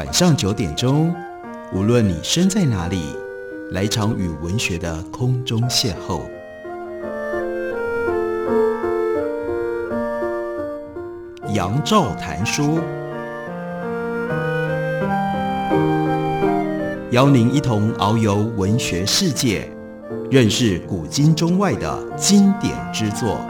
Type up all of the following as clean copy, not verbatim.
晚上9点钟，无论你身在哪里，来场与文学的空中邂逅。杨照谈书，邀您一同遨游文学世界，认识古今中外的经典之作。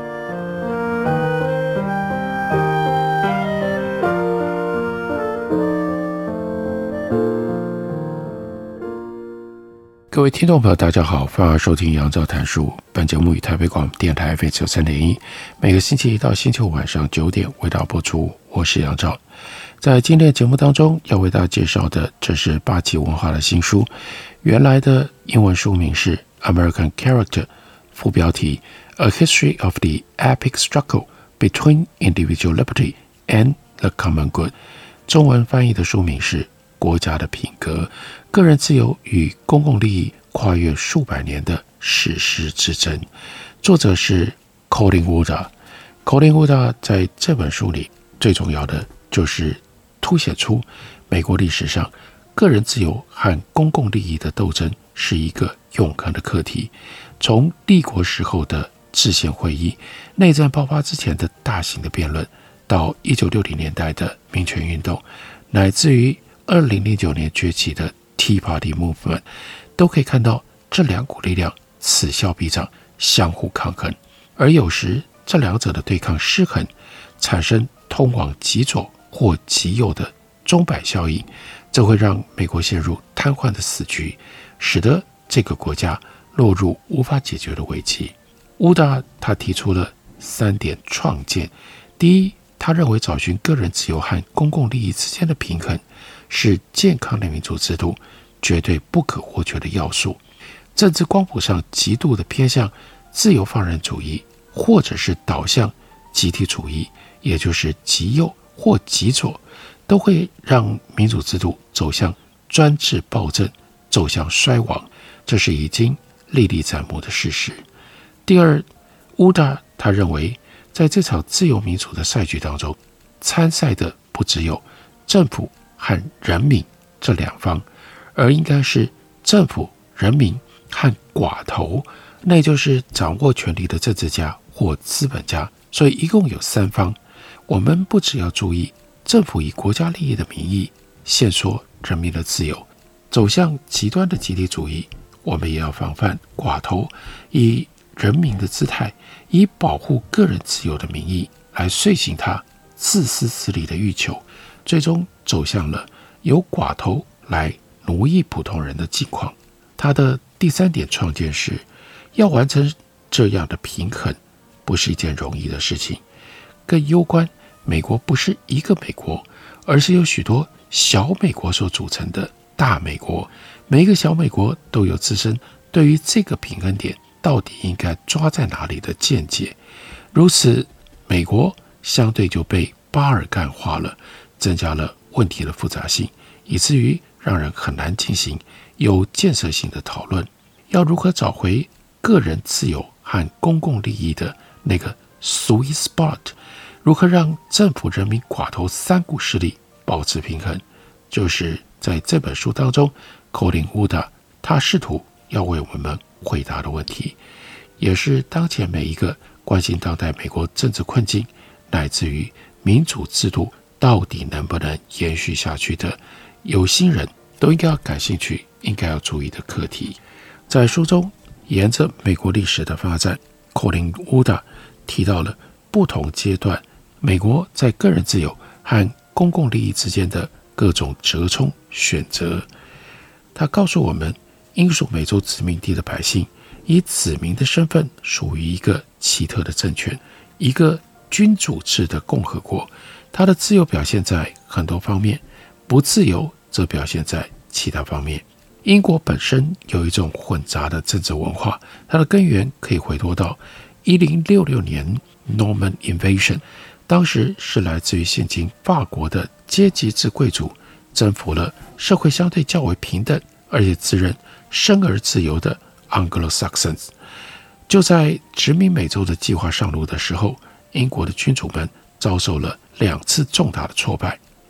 各位听众朋友大家好，欢迎收听杨照谈书。本节目与台北广播电台 FM93.1，每个星期一到星期五晚上9点为大家播出。我是杨照。在今天的节目当中要为大家介绍的，这是八旗文化的新书，原来的英文书名是 American Character， 副标题 A History of the Epic Struggle Between Individual Liberty and the Common Good， 中文翻译的书名是国家的品格，个人自由与公共利益跨越数百年的史诗之争。作者是 Colin Woodard。Colin Woodard 在这本书里最重要的就是凸显出美国历史上个人自由和公共利益的斗争是一个永恒的课题。从立国时候的制宪会议、内战爆发之前的大型的辩论，到1960年代的民权运动，乃至于2009年崛起的 Tea Party Movement， 都可以看到这两股力量此消彼长，相互抗衡，而有时这两者的对抗失衡，产生通往极左或极右的钟摆效应，这会让美国陷入瘫痪的死局，使得这个国家落入无法解决的危机。乌达他提出了3点创建。第一，他认为找寻个人自由和公共利益之间的平衡是健康的民主制度绝对不可或缺的要素。政治光谱上极度的偏向自由放任主义，或者是导向集体主义，也就是极右或极左，都会让民主制度走向专制暴政，走向衰亡，这是已经历历在目的事实。第二，乌达他认为在这场自由民主的赛局当中，参赛的不只有政府和人民这两方，而应该是政府、人民和寡头，那就是掌握权力的政治家或资本家。所以一共有3方。我们不只要注意政府以国家利益的名义限缩人民的自由，走向极端的集体主义，我们也要防范寡头以人民的姿态，以保护个人自由的名义来遂行他自私自利的欲求，最终走向了由寡头来奴役普通人的境况。他的第3点创建是要完成这样的平衡，不是一件容易的事情，更攸关美国不是一个美国，而是由许多小美国所组成的大美国。每一个小美国都有自身对于这个平衡点到底应该抓在哪里的见解，如此美国相对就被巴尔干化了，增加了问题的复杂性，以至于让人很难进行有建设性的讨论。要如何找回个人自由和公共利益的那个 sweet spot， 如何让政府、人民、寡头3股势力保持平衡，就是在这本书当中 Colin Woodard 他试图要为我们回答的问题，也是当前每一个关心当代美国政治困境，乃至于民主制度到底能不能延续下去的有心人都应该要感兴趣，应该要注意的课题。在书中沿着美国历史的发展， Colin Woodard 提到了不同阶段美国在个人自由和公共利益之间的各种折冲选择。他告诉我们，英属美洲殖民地的百姓以子民的身份属于一个奇特的政权，一个君主制的共和国。它的自由表现在很多方面，不自由则表现在其他方面。英国本身有一种混杂的政治文化，它的根源可以回托到1066年 Norman Invasion， 当时是来自于现今法国的阶级制贵族征服了社会相对较为平等而且自认生而自由的 Anglo-Saxons。 就在殖民美洲的计划上路的时候，英国的君主们遭受了2次重大的挫败。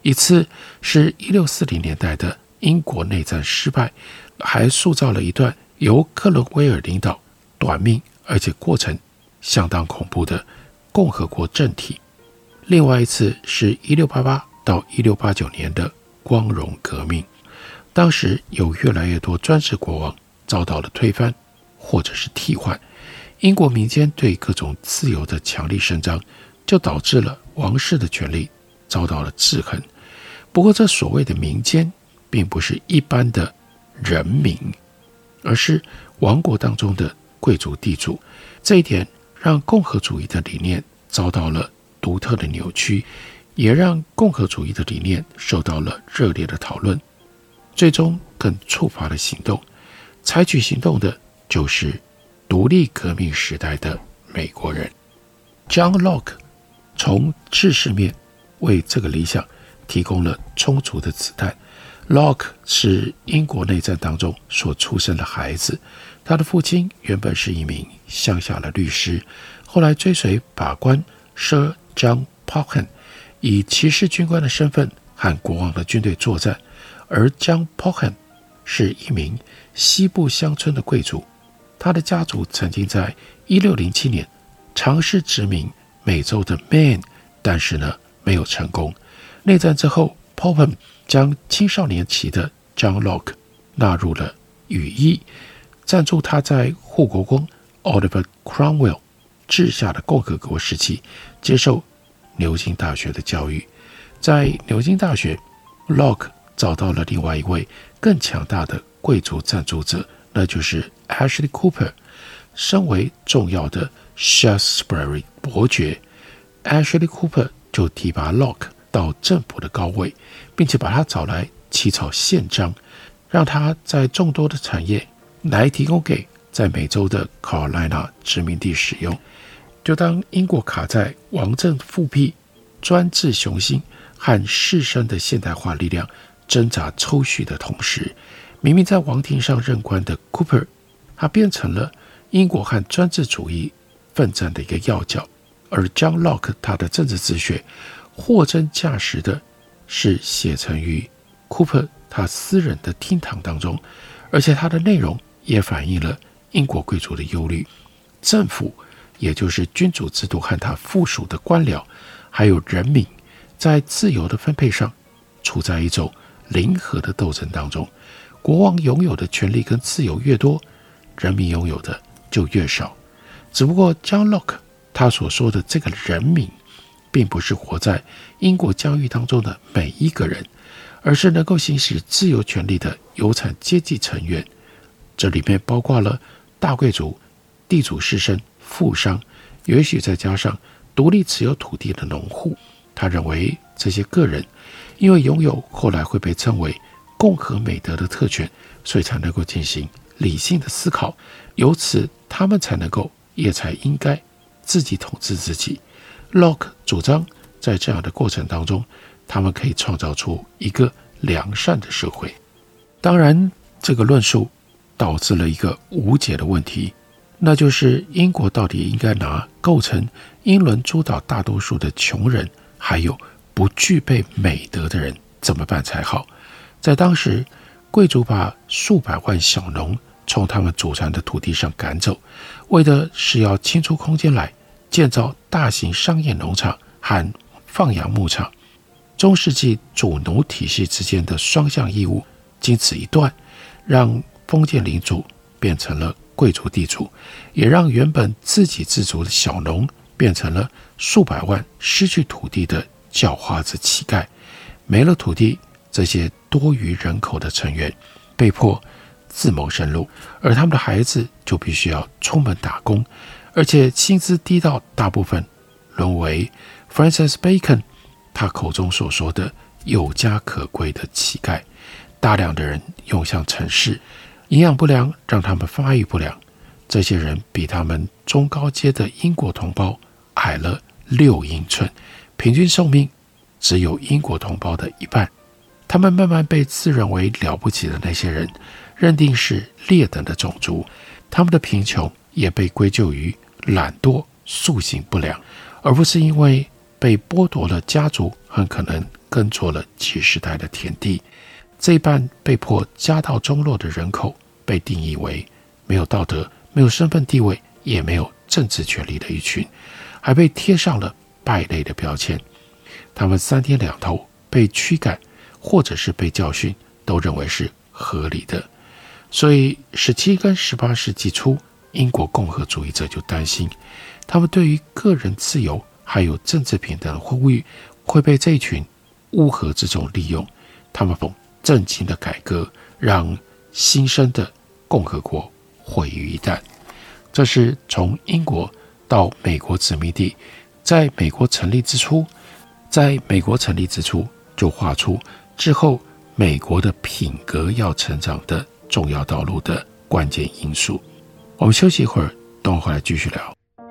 一次是1640年代的英国内战失败，还塑造了一段由克伦威尔领导、短命而且过程相当恐怖的共和国政体。另外一次是1688到1689年的光荣革命，当时有越来越多专制国王遭到了推翻或者是替换，英国民间对各种自由的强力伸张，就导致了王室的权力遭到了制衡。不过这所谓的民间并不是一般的人民，而是王国当中的贵族地主，这一点让共和主义的理念遭到了独特的扭曲，也让共和主义的理念受到了热烈的讨论，最终更触发了行动。采取行动的就是独立革命时代的美国人。 John Locke 从知识面为这个理想提供了充足的子弹。 Locke 是英国内战当中所出生的孩子，他的父亲原本是一名乡下的律师，后来追随法官 Sir John Polken 以骑士军官的身份和国王的军队作战，而 John Polken 是一名西部乡村的贵族，他的家族曾经在1607年尝试殖民美洲的 Maine， 但是呢没有成功。内战之后， Popham 将青少年期的 John Locke 纳入了羽翼，赞助他在护国公 Oliver Cromwell 治下的共和国时期接受牛津大学的教育。在牛津大学， Locke 找到了另外一位更强大的贵族赞助者，那就是 Ashley Cooper。 身为重要的 Shaftesbury 伯爵， Ashley Cooper 就提拔 Locke 到政府的高位，并且把他找来起草宪章，让他在众多的产业来提供给在美洲的 Carolina 殖民地使用。就当英国卡在王政复辟、专制雄心和士绅的现代化力量挣扎抽蓄的同时，明明在王庭上任官的 Cooper， 他变成了英国和专制主义奋战的一个要角。而 John Locke 他的政治自学货真价实的是写成于 Cooper 他私人的厅堂当中，而且他的内容也反映了英国贵族的忧虑。政府，也就是君主制度和他附属的官僚还有人民，在自由的分配上处在一种零和的斗争当中。国王拥有的权力跟自由越多，人民拥有的就越少。只不过 John Locke 他所说的这个人民，并不是活在英国疆域当中的每一个人，而是能够行使自由权利的有产阶级成员。这里面包括了大贵族、地主士绅、富商，也许再加上独立持有土地的农户。他认为这些个人因为拥有后来会被称为共和美德的特权，所以才能够进行理性的思考，由此他们才能够也才应该自己统治自己。 Locke 主张在这样的过程当中，他们可以创造出一个良善的社会。当然，这个论述导致了一个无解的问题，那就是英国到底应该拿构成英伦诸岛大多数的穷人还有不具备美德的人怎么办才好。在当时，贵族把数百万小农从他们祖传的土地上赶走，为的是要清出空间来建造大型商业农场和放养牧场。中世纪主奴体系之间的双向义务经此一断，让封建领主变成了贵族地主，也让原本自给自足的小农变成了数百万失去土地的叫花子乞丐。没了土地，这些多余人口的成员被迫自谋生路，而他们的孩子就必须要出门打工，而且薪资低到大部分沦为 Francis Bacon 他口中所说的有家可归的乞丐。大量的人涌向城市，营养不良让他们发育不良，这些人比他们中高阶的英国同胞矮了6英寸，平均寿命只有英国同胞的一半。他们慢慢被自认为了不起的那些人认定是劣等的种族，他们的贫穷也被归咎于懒惰、素行不良，而不是因为被剥夺了家族很可能耕作了几十代的田地。这一半被迫家道中落的人口被定义为没有道德、没有身份地位，也没有政治权利的一群，还被贴上了败类的标签。他们3天2头被驱赶或者是被教训，都认为是合理的。所以17跟18世纪初，英国共和主义者就担心，他们对于个人自由还有政治平等的呼吁会被这一群乌合之众利用。他们震惊的改革让新生的共和国毁于一旦。这是从英国到美国殖民地，在美国成立之初就画出之后美国的品格要成长的重要道路的关键因素。我们休息一会儿，等我回来继续聊。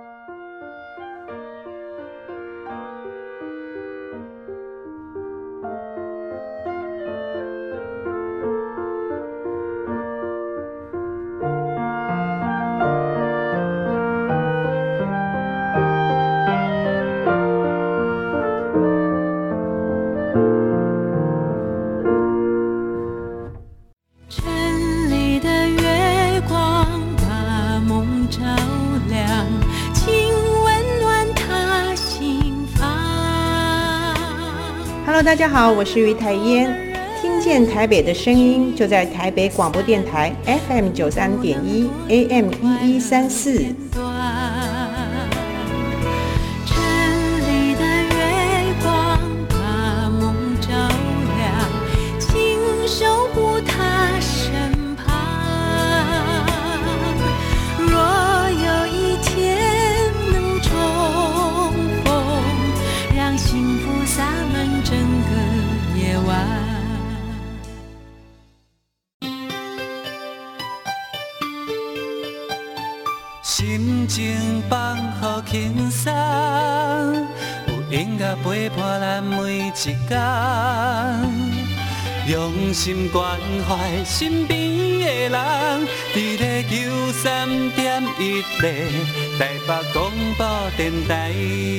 大家好，我是于台烟，听见台北的声音，就在台北广播电台 FM 93.1 AM 1134。 心情放好轻松，有音乐陪伴咱每一天，用心关怀身边的人，伫咧93.1台北广播电台。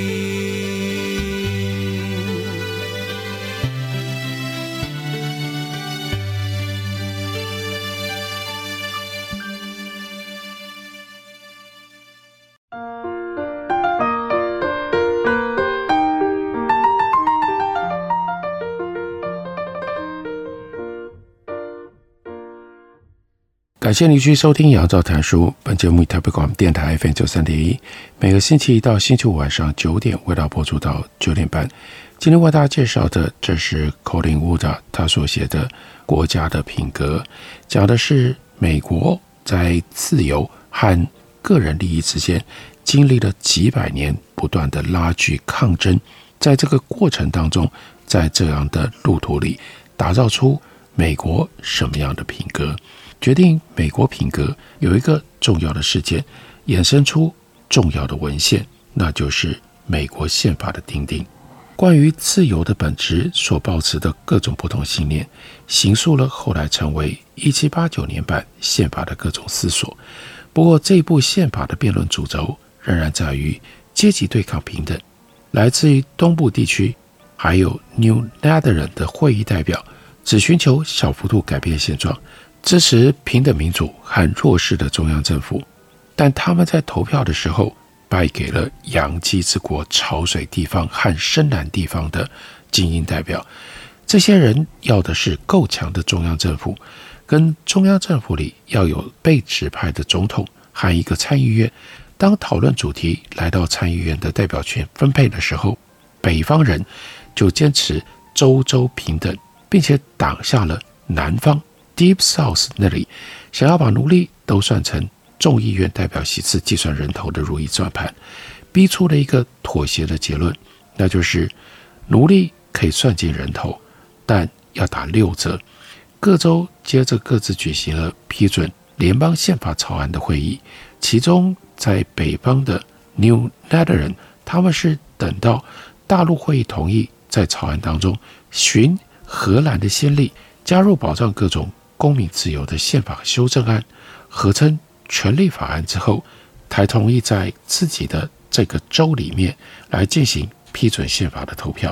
感谢您继续收听杨照谈书，本节目以台北广播电台 FM 93.1，每个星期一到星期五晚上9点为大家播出到9点半。今天为大家介绍的，这是 Colin Wood 他所写的《国家的品格》，讲的是美国在自由和个人利益之间经历了几百年不断的拉锯抗争，在这个过程当中，在这样的路途里打造出美国什么样的品格。决定美国品格有一个重要的事件，衍生出重要的文献，那就是美国宪法的订定。关于自由的本质所抱持的各种不同信念，形塑了后来成为1789年版宪法的各种思索。不过这一部宪法的辩论主轴仍然在于阶级对抗平等。来自于东部地区还有 New Netherlands 的会议代表只寻求小幅度改变现状，支持平等民主和弱势的中央政府，但他们在投票的时候败给了洋基之国潮水地方和深蓝地方的精英代表。这些人要的是够强的中央政府，跟中央政府里要有被指派的总统和一个参议院。当讨论主题来到参议院的代表权分配的时候，北方人就坚持州州平等，并且挡下了南方Deep South 那里想要把奴隶都算成众议院代表席次计算人头的如意算盘，逼出了一个妥协的结论，那就是奴隶可以算进人头，但要打6折。各州接着各自举行了批准联邦宪法草案的会议，其中在北方的 New Netherlands， 他们是等到大陆会议同意在草案当中循荷兰的先例，加入保障各种公民自由的宪法修正案，合称权利法案之后，才同意在自己的这个州里面来进行批准宪法的投票。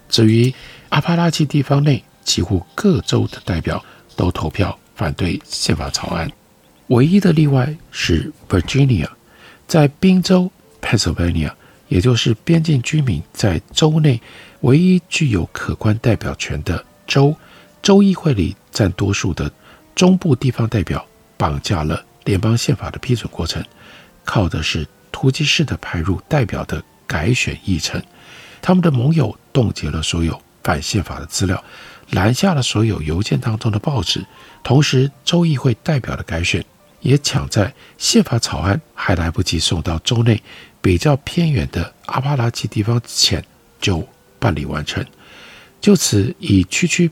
至于阿帕拉契地方内几乎各州的代表都投票反对宪法草案，唯一的例外是 Virginia， 在宾州 Pennsylvania， 也就是边境居民在州内唯一具有可观代表权的州，州议会里占多数的中部地方代表绑架了联邦宪法的批准过程，靠的是突击式的排入代表的改选议程。他们的盟友冻结了所有反宪法的资料，拦下了所有邮件当中的报纸，同时州议会代表的改选也抢在宪法草案还来不及送到州内比较偏远的阿帕拉契地方前就办理完成。就此以区区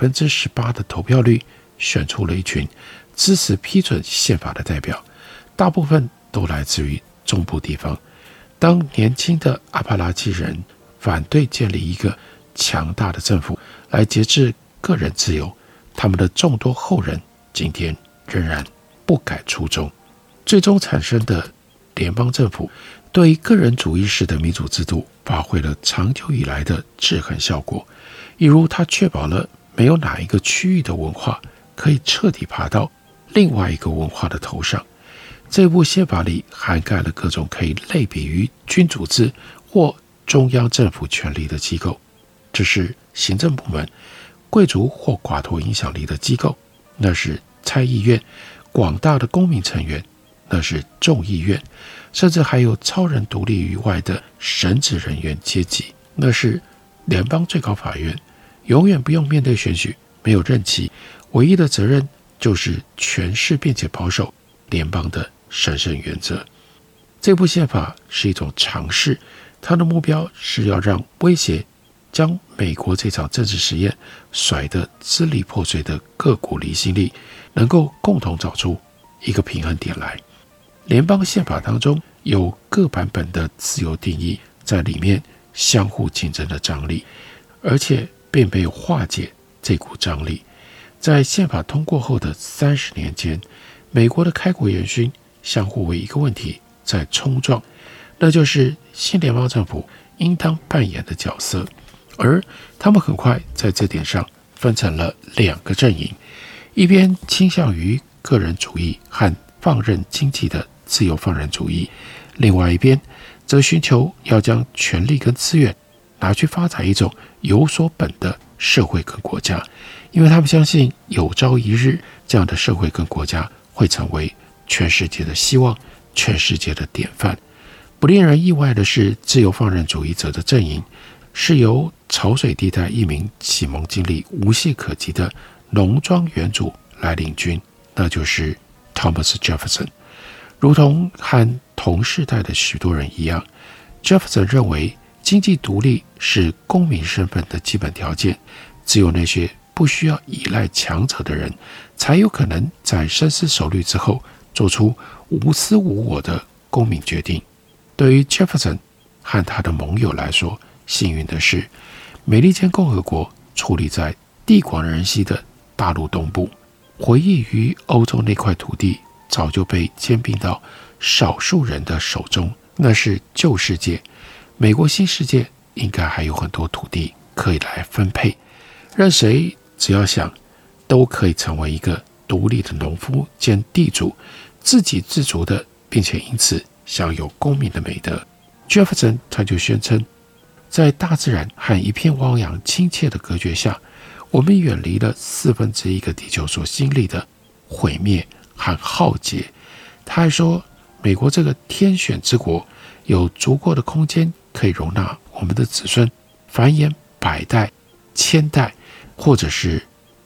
18% 的投票率选出了一群支持批准宪法的代表，大部分都来自于中部地方。当年轻的阿帕拉契人反对建立一个强大的政府来节制个人自由，他们的众多后人今天仍然不改初衷。最终产生的联邦政府对个人主义式的民主制度发挥了长久以来的制衡效果，例如它确保了没有哪一个区域的文化可以彻底爬到另外一个文化的头上。这部宪法里涵盖了各种可以类比于君主制或中央政府权力的机构，这是行政部门；贵族或寡头影响力的机构，那是参议院；广大的公民成员，那是众议院；甚至还有超人独立于外的神职人员阶级，那是联邦最高法院。永远不用面对选举，没有任期，唯一的责任就是诠释并且保守联邦的神圣原则。这部宪法是一种尝试，它的目标是要让威胁将美国这场政治实验甩得支离破碎的各股离心力能够共同找出一个平衡点来。联邦宪法当中有各版本的自由定义在里面相互竞争的张力，而且并没有化解这股张力。在宪法通过后的30年间，美国的开国元勋相互为一个问题在冲撞，那就是新联邦政府应当扮演的角色。而他们很快在这点上分成了2个阵营，一边倾向于个人主义和放任经济的自由放任主义，另外一边则寻求要将权力跟资源拿去发展一种有所本的社会跟国家，因为他们相信有朝一日这样的社会跟国家会成为全世界的希望，全世界的典范。不令人意外的是，自由放任主义者的阵营是由潮水地带一名启蒙经历无懈可击的农庄园主来领军，那就是 Thomas Jefferson。 如同和同世代的许多人一样， Jefferson 认为经济独立是公民身份的基本条件，只有那些不需要依赖强者的人才有可能在深思熟虑之后做出无私无我的公民决定。对于 Jefferson 和他的盟友来说，幸运的是美利坚共和国矗立在地广人稀的大陆东部，回忆于欧洲那块土地早就被兼并到少数人的手中，那是旧世界。美国新世界应该还有很多土地可以来分配，任谁只要想都可以成为一个独立的农夫兼地主，自给自足的，并且因此享有公民的美德。 Jefferson 他就宣称，在大自然和一片汪洋亲切的隔绝下，我们远离了1/4个地球所经历的毁灭和浩劫。他还说，美国这个天选之国有足够的空间可以容纳我们的子孙繁衍100代、1000代，或者是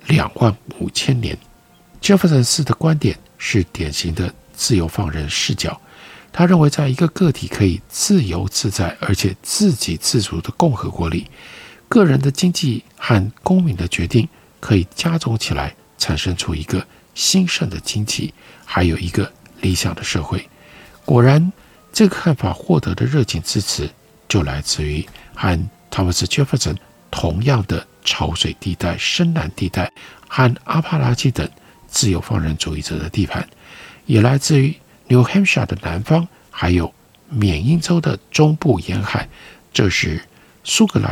25000年。 Jefferson 4的观点是典型的自由放任视角，他认为在一个个体可以自由自在而且自给自足的共和国里，个人的经济和公民的决定可以加总起来，产生出一个兴盛的经济，还有一个理想的社会。果然，这个看法获得的热情支持就来自于和 Thomas Jefferson 同样的潮水地带、深蓝地带和阿帕拉契等自由放任主义者的地盘，也来自于 New Hampshire 的南方，还有缅因州的中部沿海，这是苏格兰人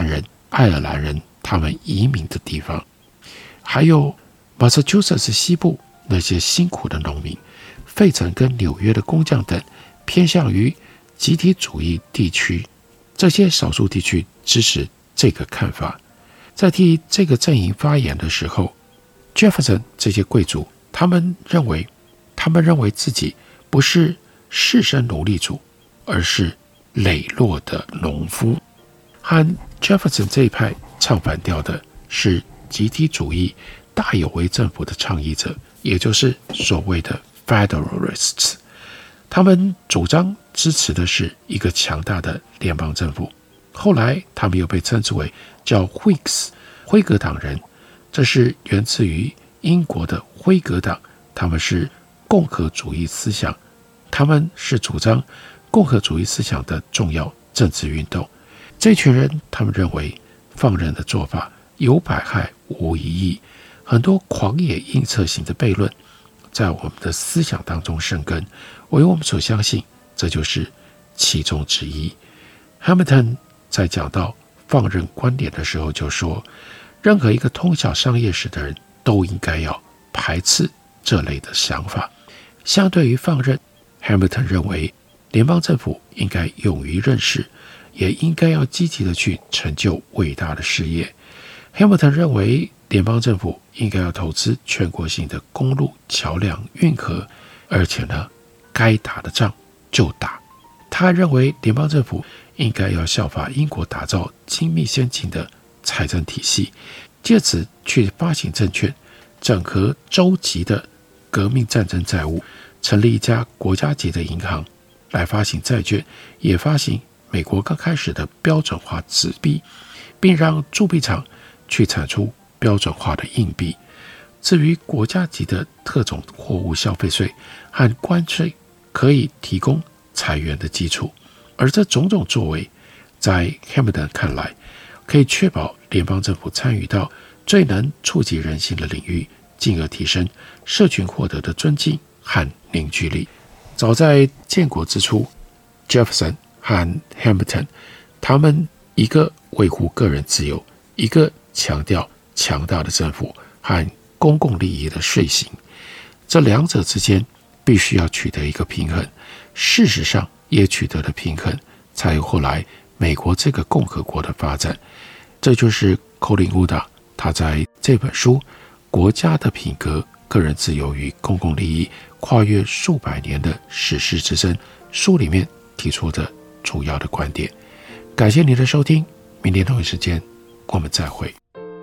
爱尔兰人他们移民的地方，还有 Massachusetts 西部那些辛苦的农民，费城跟纽约的工匠等偏向于集体主义地区，这些少数地区支持这个看法。在替这个阵营发言的时候， Jefferson 这些贵族他们认为自己不是士绅奴隶主，而是磊落的农夫。和 Jefferson 这一派唱反调的是集体主义大有为政府的倡议者，也就是所谓的 Federalists。 他们主张支持的是一个强大的联邦政府，后来他们又被称之为叫 Whigs 辉格党人，这是源自于英国的辉格党，他们是共和主义思想，他们是主张共和主义思想的重要政治运动。这群人他们认为放任的做法有百害无一益，很多狂野臆测型的悖论在我们的思想当中生根，为我们所相信，这就是其中之一。 Hamilton 在讲到放任观点的时候就说，任何一个通晓商业史的人都应该要排斥这类的想法。相对于放任， Hamilton 认为联邦政府应该勇于任事，也应该要积极的去成就伟大的事业。 Hamilton 认为联邦政府应该要投资全国性的公路、桥梁、运河，而且呢，该打的仗就打。他认为联邦政府应该要效法英国打造精密先进的财政体系，借此去发行证券，整合州级的革命战争债务，成立一家国家级的银行来发行债券，也发行美国刚开始的标准化纸币，并让铸币厂去产出标准化的硬币。至于国家级的特种货物消费税和关税，可以提供财源的基础。而这种种作为，在 Hamilton 看来，可以确保联邦政府参与到最能触及人心的领域，进而提升社群获得的尊敬和凝聚力。早在建国之初， Jefferson 和 Hamilton 他们一个维护个人自由，一个强调强大的政府和公共利益的遂行，这两者之间必须要取得一个平衡。事实上也取得了平衡，才有后来美国这个共和国的发展。这就是 Colin Wood 他在这本书《国家的品格、个人自由与公共利益：跨越数百年的史诗之争》书里面提出的主要的观点。感谢您的收听，明天同一时间我们再会。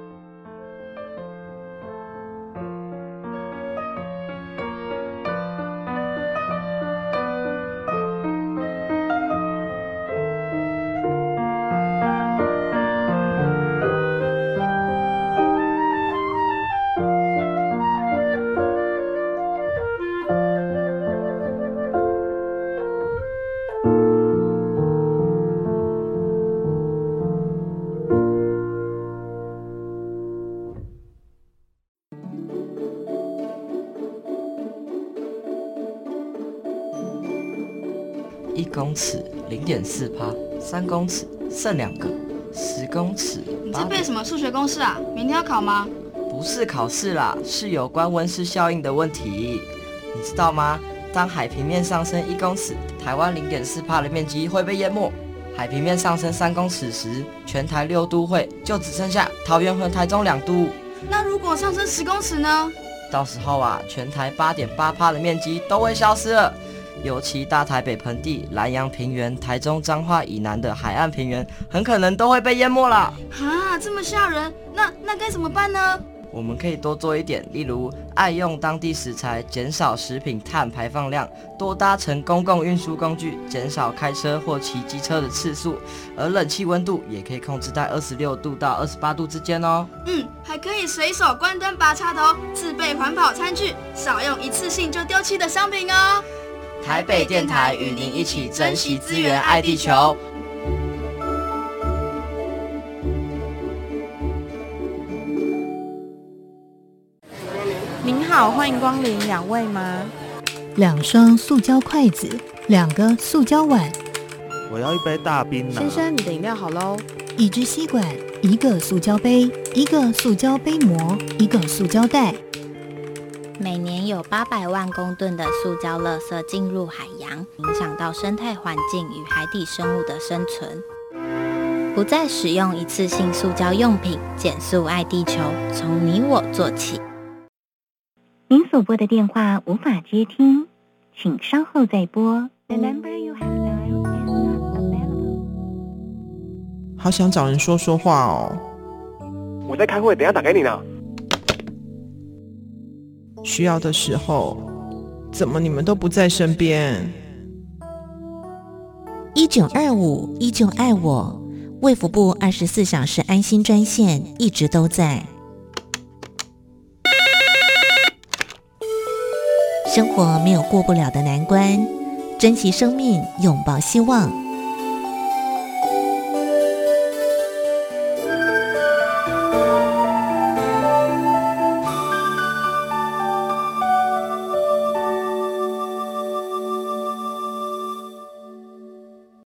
1公尺 0.4%，3公尺剩2个，10公尺。 你在背什么数学公式啊？明天要考吗？ 不是考试啦，是有关温室效应的问题。你知道吗？当海平面上升1公尺，台湾 0.4% 的面积会被淹没；海平面上升3公尺时，全台6都会就只剩下桃园和台中2都。 那如果上升10公尺呢？ 到时候啊，全台 8.8% 的面积都会消失了。尤其大台北盆地、南洋平原、台中彰化以南的海岸平原，很可能都会被淹没了。 啊，这么吓人！那该怎么办呢？ 我们可以多做一点，例如爱用当地食材，减少食品碳排放量，多搭乘公共运输工具，减少开车或骑机车的次数，而冷气温度也可以控制在26度到28度之间哦。 还可以随手关灯拔插头，自备环保餐具，少用一次性就丢弃的商品哦。 台北电台与您一起珍惜资源，爱地球。 您好，欢迎光临，2位吗 ？2双塑胶筷子，2个塑胶碗。 我要一杯大冰拿。 先生，你的饮料好喽。 1支吸管一个塑胶杯，一个塑胶杯膜，一个塑胶袋。 每年有800万公吨的塑胶垃圾进入海洋，影响到生态环境与海底生物的生存。不再使用一次性塑胶用品，减速爱地球，从你我做起。 您所拨的电话无法接听，请稍后再拨。The number you have dialed is not available. 好想找人说说话哦。 我在开会，等一下打给你呢。 需要的时候，怎么你们都不在身边 ？1925依旧爱我，卫福部24小时安心专线一直都在。生活没有过不了的难关，珍惜生命，拥抱希望。